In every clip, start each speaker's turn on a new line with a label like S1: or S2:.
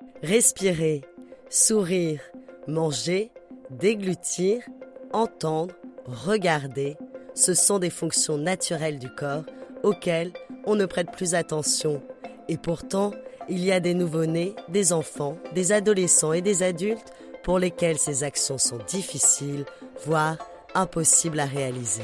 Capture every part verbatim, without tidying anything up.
S1: Respirer, sourire, manger, déglutir, entendre, regarder, ce sont des fonctions naturelles du corps auxquelles on ne prête plus attention. Et pourtant, il y a des nouveau-nés, des enfants, des adolescents et des adultes pour lesquels ces actions sont difficiles, voire impossibles à réaliser.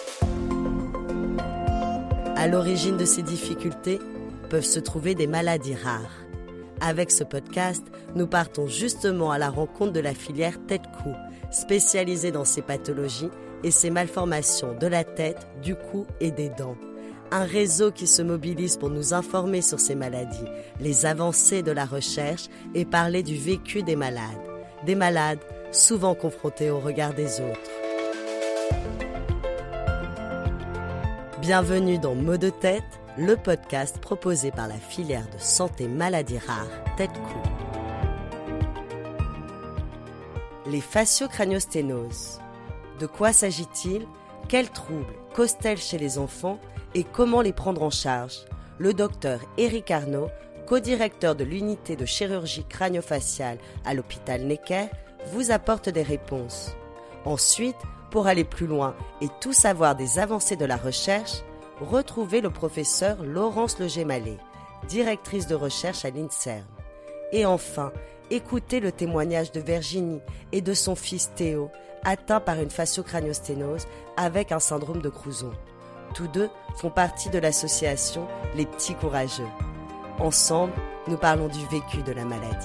S1: À l'origine de ces difficultés peuvent se trouver des maladies rares. Avec ce podcast, nous partons justement à la rencontre de la filière tête-cou, spécialisée dans ces pathologies et ces malformations de la tête, du cou et des dents. Un réseau qui se mobilise pour nous informer sur ces maladies, les avancées de la recherche et parler du vécu des malades. Des malades souvent confrontés au regard des autres. Bienvenue dans Mots de tête, le podcast proposé par la filière de santé maladies rares tête-cou. Les fasciocraniosténoses. De quoi s'agit-il? Quels troubles causent-elles chez les enfants et comment les prendre en charge? Le docteur Éric Arnaud, co-directeur de l'unité de chirurgie crânio-faciale à l'hôpital Necker, vous apporte des réponses. Ensuite, pour aller plus loin et tout savoir des avancées de la recherche, retrouvez le professeur Laurence Legemallet, directrice de recherche à l'INSERM. Et enfin, écoutez le témoignage de Virginie et de son fils Théo, atteint par une fasciocraniosténose avec un syndrome de Crouzon. Tous deux font partie de l'association Les Petits Courageux. Ensemble, nous parlons du vécu de la maladie.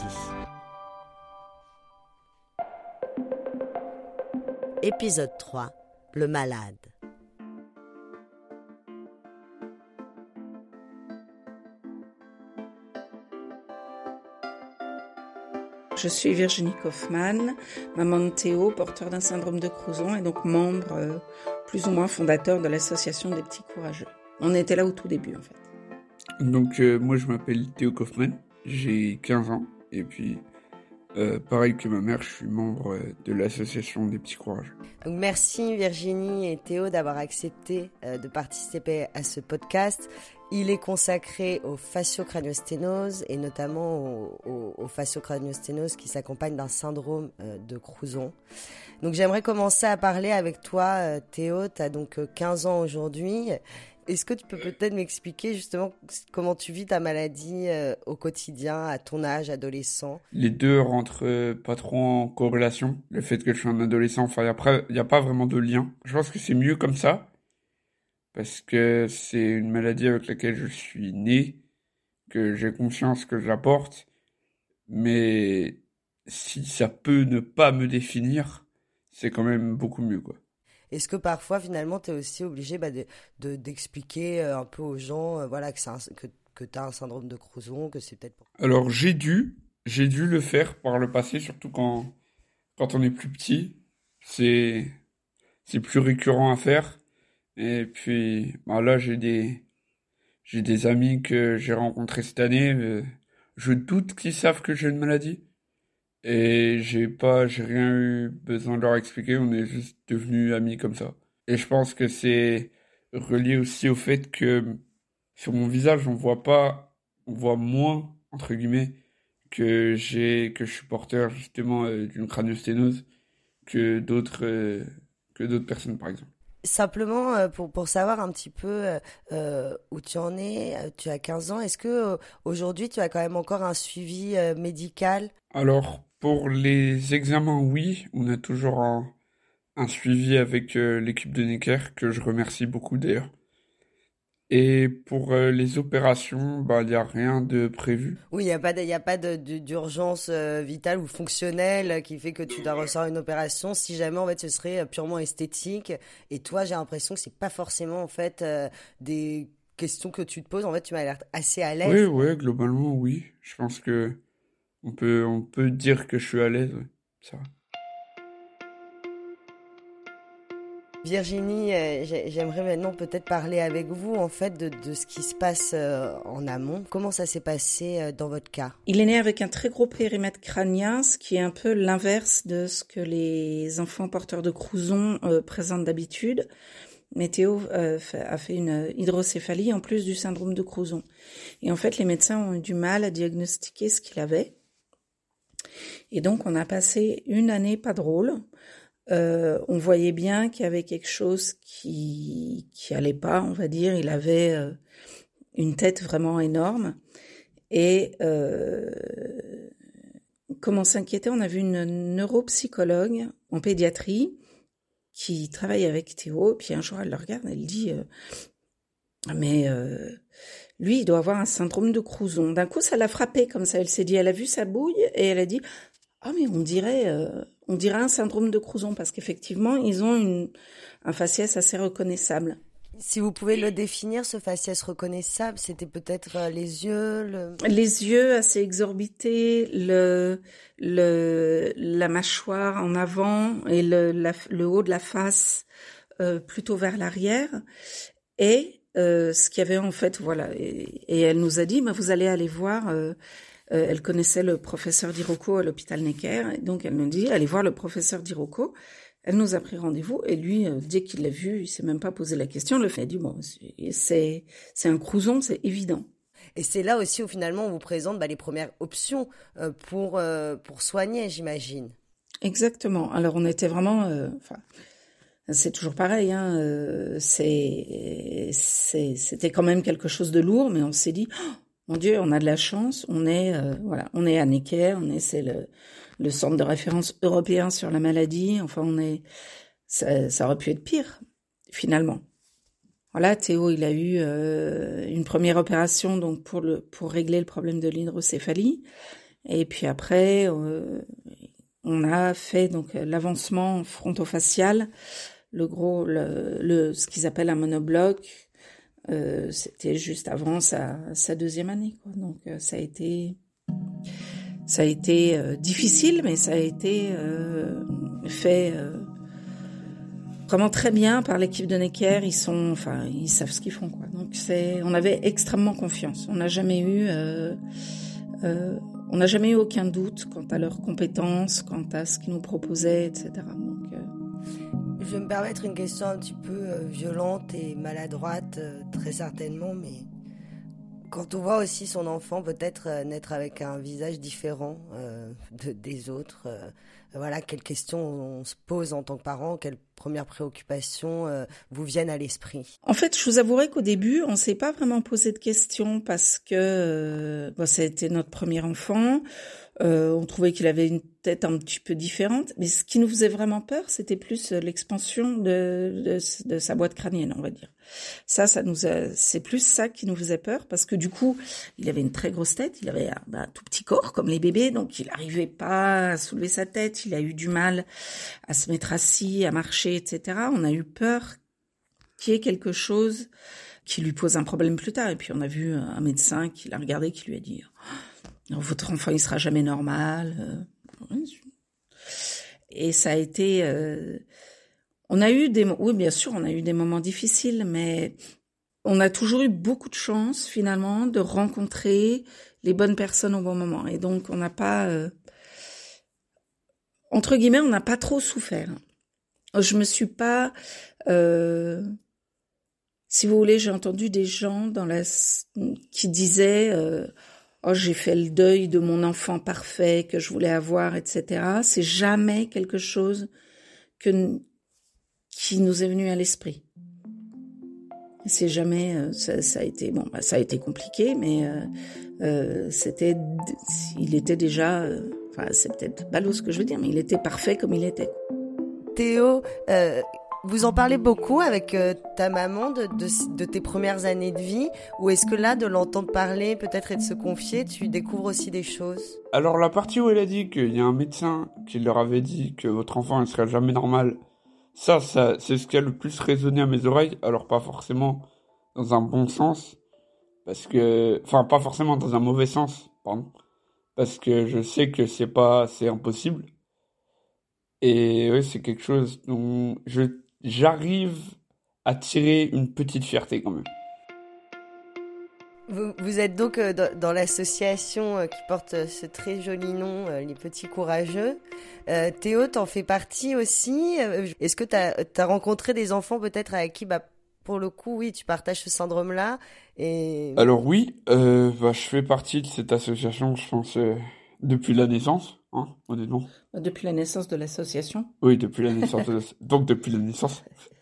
S1: Épisode trois. Le malade.
S2: Je suis Virginie Kaufmann, maman de Théo, porteur d'un syndrome de Crouzon et donc membre euh, plus ou moins fondateur de l'association des Petits Courageux. On était là au tout début en fait.
S3: Donc euh, moi je m'appelle Théo Kaufmann, j'ai quinze ans et puis euh, pareil que ma mère, je suis membre de l'association des Petits Courageux.
S1: Merci Virginie et Théo d'avoir accepté euh, de participer à ce podcast. Il est consacré aux fasciocraniosténoses et notamment aux, aux, aux fasciocraniosténoses qui s'accompagnent d'un syndrome euh, de Crouzon. Donc j'aimerais commencer à parler avec toi euh, Théo, tu as donc euh, quinze ans aujourd'hui. Est-ce que tu peux peut-être m'expliquer justement comment tu vis ta maladie euh, au quotidien, à ton âge, adolescent?
S3: Les deux rentrent euh, pas trop en corrélation. Le fait que je suis un adolescent, enfin après, il n'y a pas vraiment de lien. Je pense que c'est mieux comme ça, parce que c'est une maladie avec laquelle je suis né, que j'ai conscience que je la porte, mais si ça peut ne pas me définir, c'est quand même beaucoup mieux, quoi.
S1: Est-ce que parfois, finalement, tu es aussi obligé bah, de, de, d'expliquer un peu aux gens euh, voilà, que, c'est un, que, que tu as un syndrome de Crouzon, que c'est peut-être...
S3: Alors, j'ai dû, j'ai dû le faire par le passé, surtout quand, quand on est plus petit. C'est, c'est plus récurrent à faire. Et puis, bah là, j'ai des, j'ai des amis que j'ai rencontrés cette année. Euh, je doute qu'ils savent que j'ai une maladie. Et j'ai pas, j'ai rien eu besoin de leur expliquer, on est juste devenus amis comme ça. Et je pense que c'est relié aussi au fait que sur mon visage, on voit pas, on voit moins, entre guillemets, que j'ai, que je suis porteur justement euh, d'une craniosténose que d'autres, euh, que d'autres personnes par exemple.
S1: Simplement, euh, pour, pour savoir un petit peu euh, où tu en es, euh, tu as quinze ans, est-ce que euh, aujourd'hui tu as quand même encore un suivi euh, médical?
S3: Alors, pour les examens, oui, on a toujours un, un suivi avec euh, l'équipe de Necker, que je remercie beaucoup d'ailleurs. Et pour euh, les opérations, bah, il n'y a rien de prévu.
S1: Oui, il n'y a pas, de, y a pas de, de, d'urgence euh, vitale ou fonctionnelle qui fait que tu dois recevoir une opération. Si jamais, en fait, ce serait purement esthétique. Et toi, j'ai l'impression que c'est pas forcément, en fait, euh, des questions que tu te poses. En fait, tu m'as l'air assez à l'aise.
S3: Oui, oui, globalement, oui. Je pense que on peut, on peut dire que je suis à l'aise, ouais. Ça va.
S1: Virginie, euh, j'aimerais maintenant peut-être parler avec vous en fait de, de ce qui se passe euh, en amont. Comment ça s'est passé euh, dans votre cas?
S2: Il est né avec un très gros périmètre crânien, ce qui est un peu l'inverse de ce que les enfants porteurs de Crouzon euh, présentent d'habitude. Mais Théo euh, a fait une hydrocéphalie en plus du syndrome de Crouzon. Et en fait, les médecins ont eu du mal à diagnostiquer ce qu'il avait. Et donc, on a passé une année pas drôle. Euh, on voyait bien qu'il y avait quelque chose qui qui allait pas, on va dire. Il avait euh, une tête vraiment énorme. Et euh, comme on s'inquiétait, on a vu une neuropsychologue en pédiatrie qui travaille avec Théo. Puis un jour, elle le regarde, elle dit euh, « Mais euh, lui, il doit avoir un syndrome de Crouzon. » D'un coup, ça l'a frappée comme ça. Elle s'est dit, elle a vu sa bouille et elle a dit « Ah, mais on dirait, euh, on dirait un syndrome de Crouzon parce qu'effectivement, ils ont une, un faciès assez reconnaissable. »
S1: Si vous pouvez le définir, ce faciès reconnaissable, c'était peut-être euh, les yeux, le...
S2: Les yeux assez exorbités, le, le, la mâchoire en avant et le, la, le haut de la face euh, plutôt vers l'arrière. Et euh, ce qu'il y avait en fait, voilà. Et, et elle nous a dit, bah, vous allez aller voir. Euh, euh, elle connaissait le professeur Dirocco à l'hôpital Necker, et donc elle nous dit, allez voir le professeur Dirocco. Elle nous a pris rendez-vous et lui, euh, dès qu'il l'a vu, il s'est même pas posé la question. Le fait, il a dit bon, c'est c'est un Crouzon, c'est évident.
S1: Et c'est là aussi où finalement on vous présente bah, les premières options euh, pour euh, pour soigner, j'imagine.
S2: Exactement. Alors on était vraiment, euh, enfin, c'est toujours pareil. Hein, euh, c'est c'est c'était quand même quelque chose de lourd, mais on s'est dit, oh, mon Dieu, on a de la chance. On est euh, voilà, on est à Necker, on est c'est le le centre de référence européen sur la maladie. Enfin, on est, ça, ça aurait pu être pire, finalement. Voilà, Théo, il a eu euh, une première opération donc pour le pour régler le problème de l'hydrocéphalie. Et puis après, euh, on a fait donc l'avancement frontofacial, le gros, le, le ce qu'ils appellent un monobloc. Euh, c'était juste avant sa sa deuxième année, quoi. Donc euh, ça a été Ça a été euh, difficile, mais ça a été euh, fait euh, vraiment très bien par l'équipe de Necker. Ils sont, enfin, ils savent ce qu'ils font, quoi. Donc c'est, on avait extrêmement confiance. On n'a jamais eu, euh, euh, on n'a jamais eu aucun doute quant à leurs compétences, quant à ce qu'ils nous proposaient, et cetera. Donc, euh...
S1: je vais me permettre une question un petit peu euh, violente et maladroite, euh, très certainement, mais quand on voit aussi son enfant peut-être euh, naître avec un visage différent euh, de, des autres, euh, voilà, quelles questions on se pose en tant que parent, quelles premières préoccupations euh, vous viennent à l'esprit?
S2: En fait, je vous avouerai qu'au début, on s'est pas vraiment posé de questions parce que euh, bon, ça a été notre premier enfant. Euh, on trouvait qu'il avait une tête un petit peu différente, mais ce qui nous faisait vraiment peur, c'était plus l'expansion de, de, de sa boîte crânienne, on va dire. Ça, ça nous a, c'est plus ça qui nous faisait peur, parce que du coup, il avait une très grosse tête, il avait un, bah, un tout petit corps comme les bébés, donc il n'arrivait pas à soulever sa tête, il a eu du mal à se mettre assis, à marcher, et cetera. On a eu peur qu'il y ait quelque chose qui lui pose un problème plus tard. Et puis on a vu un médecin qui l'a regardé, qui lui a dit oh, votre enfant il sera jamais normal. Et ça a été, euh, on a eu des, oui bien sûr, on a eu des moments difficiles, mais on a toujours eu beaucoup de chance finalement de rencontrer les bonnes personnes au bon moment. Et donc on n'a pas, euh, entre guillemets, on n'a pas trop souffert. Je me suis pas, euh, si vous voulez, j'ai entendu des gens dans la qui disaient euh, oh j'ai fait le deuil de mon enfant parfait que je voulais avoir, et cetera. C'est jamais quelque chose que qui nous est venu à l'esprit. C'est jamais, euh, ça, ça a été bon, bah, ça a été compliqué, mais euh, euh, c'était, il était déjà, euh, enfin c'est peut-être ballot ce que je veux dire, mais il était parfait comme il était.
S1: Théo, euh, vous en parlez beaucoup avec euh, ta maman de, de, de tes premières années de vie, ou est-ce que là, de l'entendre parler peut-être et de se confier, tu découvres aussi des choses?
S3: Alors la partie où elle a dit qu'il y a un médecin qui leur avait dit que votre enfant ne serait jamais normal, ça, ça c'est ce qui a le plus résonné à mes oreilles, alors pas forcément dans un bon sens, parce que, enfin pas forcément dans un mauvais sens, pardon, parce que je sais que c'est pas, c'est impossible. Et oui, c'est quelque chose dont je, j'arrive à tirer une petite fierté quand même.
S1: Vous, vous êtes donc euh, dans, dans l'association euh, qui porte euh, ce très joli nom, euh, les Petits Courageux. Euh, Théo, t'en fais partie aussi. Euh, est-ce que t'as, t'as rencontré des enfants peut-être avec qui, bah, pour le coup, oui, tu partages ce syndrome-là et...
S3: Alors oui, euh, bah, je fais partie de cette association, je pense, euh, Depuis la naissance, hein, honnêtement.
S2: Depuis la naissance de l'association.
S3: Oui, depuis la naissance. De... donc depuis la naissance.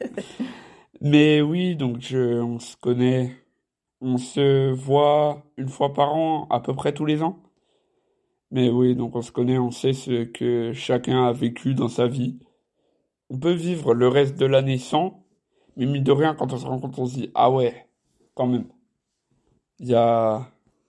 S3: Mais oui, donc je, on se connaît, on se voit une fois par an, à peu près tous les ans. Mais oui, donc on se connaît, on sait ce que chacun a vécu dans sa vie. On peut vivre le reste de l'année sans, mais mine de rien, quand on se rencontre, on se dit, ah ouais, quand même. Il y a...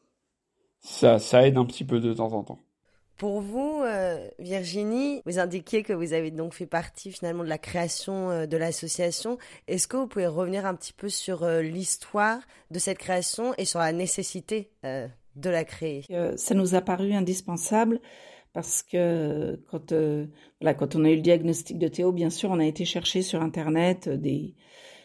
S3: Ça, ça aide un petit peu de temps en temps.
S1: Pour vous, euh, Virginie, vous indiquiez que vous avez donc fait partie finalement de la création euh, de l'association. Est-ce que vous pouvez revenir un petit peu sur euh, l'histoire de cette création et sur la nécessité euh, de la créer?
S2: euh, Ça nous a paru indispensable parce que quand, euh, voilà, quand on a eu le diagnostic de Théo, bien sûr, on a été chercher sur Internet des,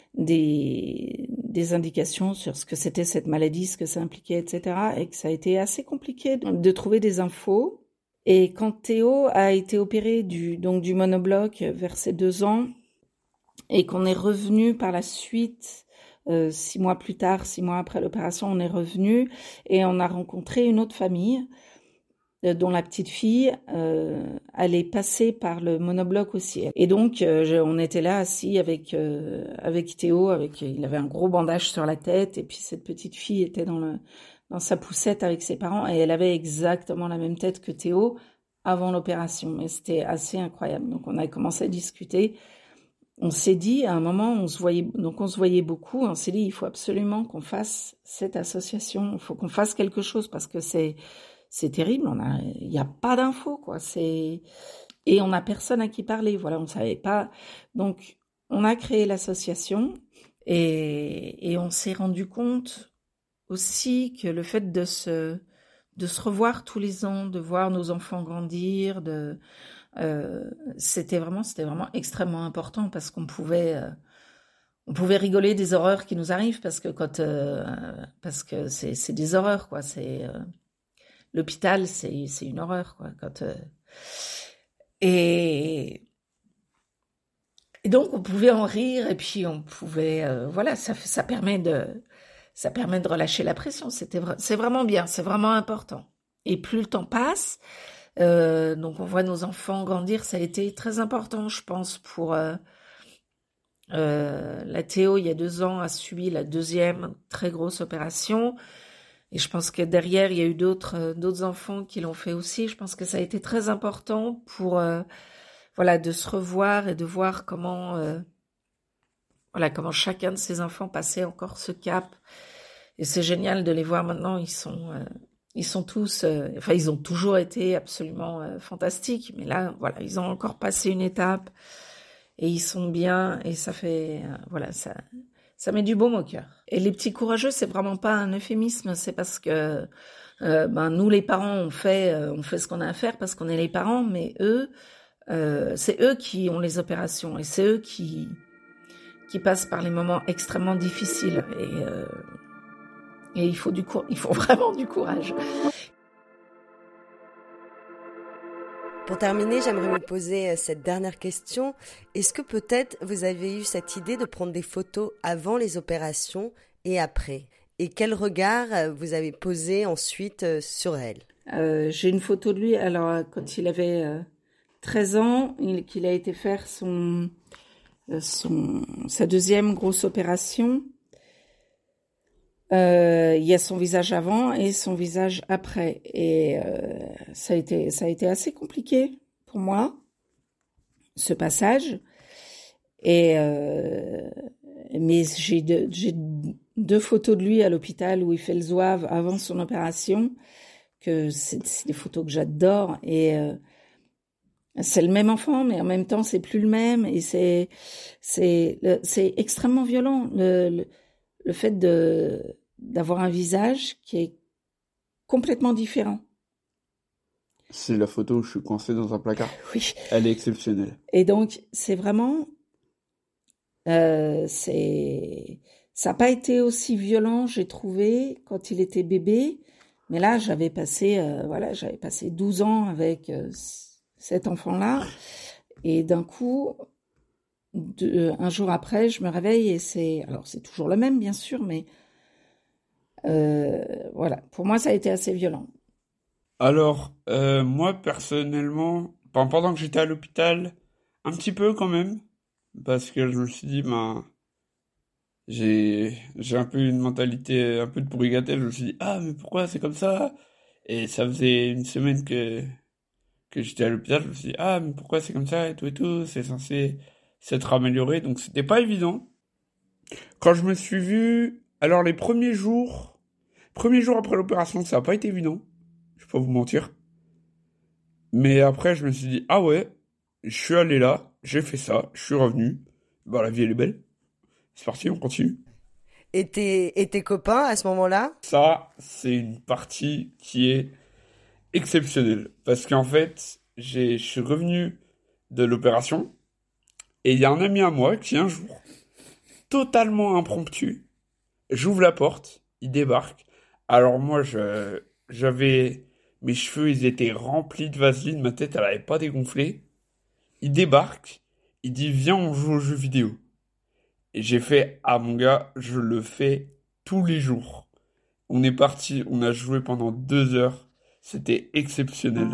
S2: des, des indications sur ce que c'était cette maladie, ce que ça impliquait, et cetera. Et que ça a été assez compliqué de, de trouver des infos. Et quand Théo a été opéré du, donc du monobloc vers ses deux ans, et qu'on est revenu par la suite, euh, six mois plus tard, six mois après l'opération, on est revenu et on a rencontré une autre famille euh, dont la petite fille euh, allait passer par le monobloc aussi. Et donc, euh, je, on était là assis avec euh, avec Théo, avec il avait un gros bandage sur la tête et puis cette petite fille était dans le dans sa poussette avec ses parents et elle avait exactement la même tête que Théo avant l'opération. Et c'était assez incroyable. Donc on a commencé à discuter. On s'est dit à un moment, on se voyait, donc on se voyait beaucoup. On s'est dit il faut absolument qu'on fasse cette association. Il faut qu'on fasse quelque chose parce que c'est c'est terrible. On a, il y a pas d'infos quoi. C'est et on a personne à qui parler. Voilà, on savait pas. Donc on a créé l'association et et on s'est rendu compte aussi que le fait de se de se revoir tous les ans, de voir nos enfants grandir, de euh, c'était vraiment c'était vraiment extrêmement important parce qu'on pouvait euh, on pouvait rigoler des horreurs qui nous arrivent parce que quand euh, parce que c'est c'est des horreurs quoi, c'est euh, l'hôpital c'est c'est une horreur quoi quand euh, et et donc on pouvait en rire et puis on pouvait euh, voilà ça ça permet de Ça permet de relâcher la pression. C'était vra- c'est vraiment bien, c'est vraiment important. Et plus le temps passe, euh, donc on voit nos enfants grandir. Ça a été très important, je pense, pour euh, euh, la Théo. Il y a deux ans, a subi la deuxième très grosse opération. Et je pense que derrière, il y a eu d'autres euh, d'autres enfants qui l'ont fait aussi. Je pense que ça a été très important pour euh, voilà de se revoir et de voir comment euh, voilà comment chacun de ces enfants passait encore ce cap. Et c'est génial de les voir maintenant. Ils sont, euh, ils sont tous, euh, enfin, ils ont toujours été absolument euh, fantastiques. Mais là, voilà, ils ont encore passé une étape et ils sont bien. Et ça fait, euh, voilà, ça, ça met du baume au cœur. Et les petits courageux, c'est vraiment pas un euphémisme. C'est parce que, euh, ben, nous les parents, on fait, euh, on fait ce qu'on a à faire parce qu'on est les parents. Mais eux, euh, c'est eux qui ont les opérations et c'est eux qui, qui passent par les moments extrêmement difficiles. Et euh, Et il faut du cour- il faut vraiment du courage.
S1: Pour terminer, j'aimerais vous poser cette dernière question. Est-ce que peut-être vous avez eu cette idée de prendre des photos avant les opérations et après? Et quel regard vous avez posé ensuite sur elles?
S2: euh, J'ai une photo de lui, alors quand il avait euh, treize ans, il, qu'il a été faire son, euh, son, sa deuxième grosse opération. Euh, il y a son visage avant et son visage après. Et euh, ça a été, ça a été assez compliqué pour moi, ce passage. Et euh, mais j'ai deux, j'ai deux photos de lui à l'hôpital où il fait le zouave avant son opération, que c'est, c'est des photos que j'adore. Et euh, c'est le même enfant, mais en même temps c'est plus le même. Et c'est c'est c'est extrêmement violent le, le le fait de d'avoir un visage qui est complètement différent.
S3: C'est la photo où je suis coincé dans un placard.
S2: Oui.
S3: Elle est exceptionnelle.
S2: Et donc, c'est vraiment... Euh, c'est, ça n'a pas été aussi violent, j'ai trouvé, quand il était bébé. Mais là, j'avais passé, euh, voilà, j'avais passé douze ans avec euh, cet enfant-là. Et d'un coup, de, un jour après, je me réveille et c'est... Alors, c'est toujours le même, bien sûr, mais... Euh, voilà, pour moi ça a été assez violent.
S3: Alors, euh, moi, personnellement, pen- pendant que j'étais à l'hôpital, un petit peu quand même, parce que je me suis dit, ben, j'ai, j'ai un peu une mentalité un peu de brigandelle, je me suis dit, ah, mais pourquoi c'est comme ça? Et ça faisait une semaine que, que j'étais à l'hôpital, je me suis dit, ah, mais pourquoi c'est comme ça et tout et tout, c'est censé s'être amélioré, donc c'était pas évident. Quand je me suis vu, alors les premiers jours, premiers jours après l'opération, ça a pas été évident, je vais pas vous mentir. Mais après, je me suis dit, ah ouais, je suis allé là, j'ai fait ça, je suis revenu. Bah, la vie, elle est belle. C'est parti, on continue.
S1: Et tes, et tes copains à ce moment-là?
S3: Ça, c'est une partie qui est exceptionnelle. Parce qu'en fait, j'ai, je suis revenu de l'opération et il y a un ami à moi qui, un jour, totalement impromptu, j'ouvre la porte, il débarque. Alors moi, je, j'avais, mes cheveux, ils étaient remplis de vaseline, ma tête, elle avait pas dégonflé. Il débarque, il dit viens on joue aux jeux vidéo. Et j'ai fait ah mon gars, je le fais tous les jours. On est parti, on a joué pendant deux heures, c'était exceptionnel.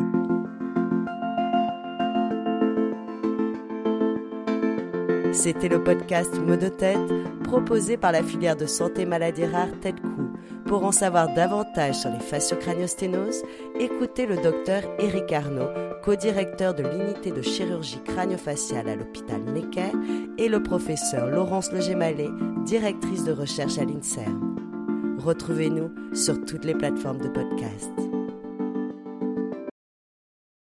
S1: C'était le podcast Maux de tête proposé par la filière de santé maladies rares TEDCou. Pour en savoir davantage sur les fasciocraniosténoses, écoutez le docteur Éric Arnaud, co-directeur de l'unité de chirurgie crânio-faciale à l'hôpital Necker, et le professeur Laurence Legemallet, directrice de recherche à l'INSERM. Retrouvez-nous sur toutes les plateformes de podcast.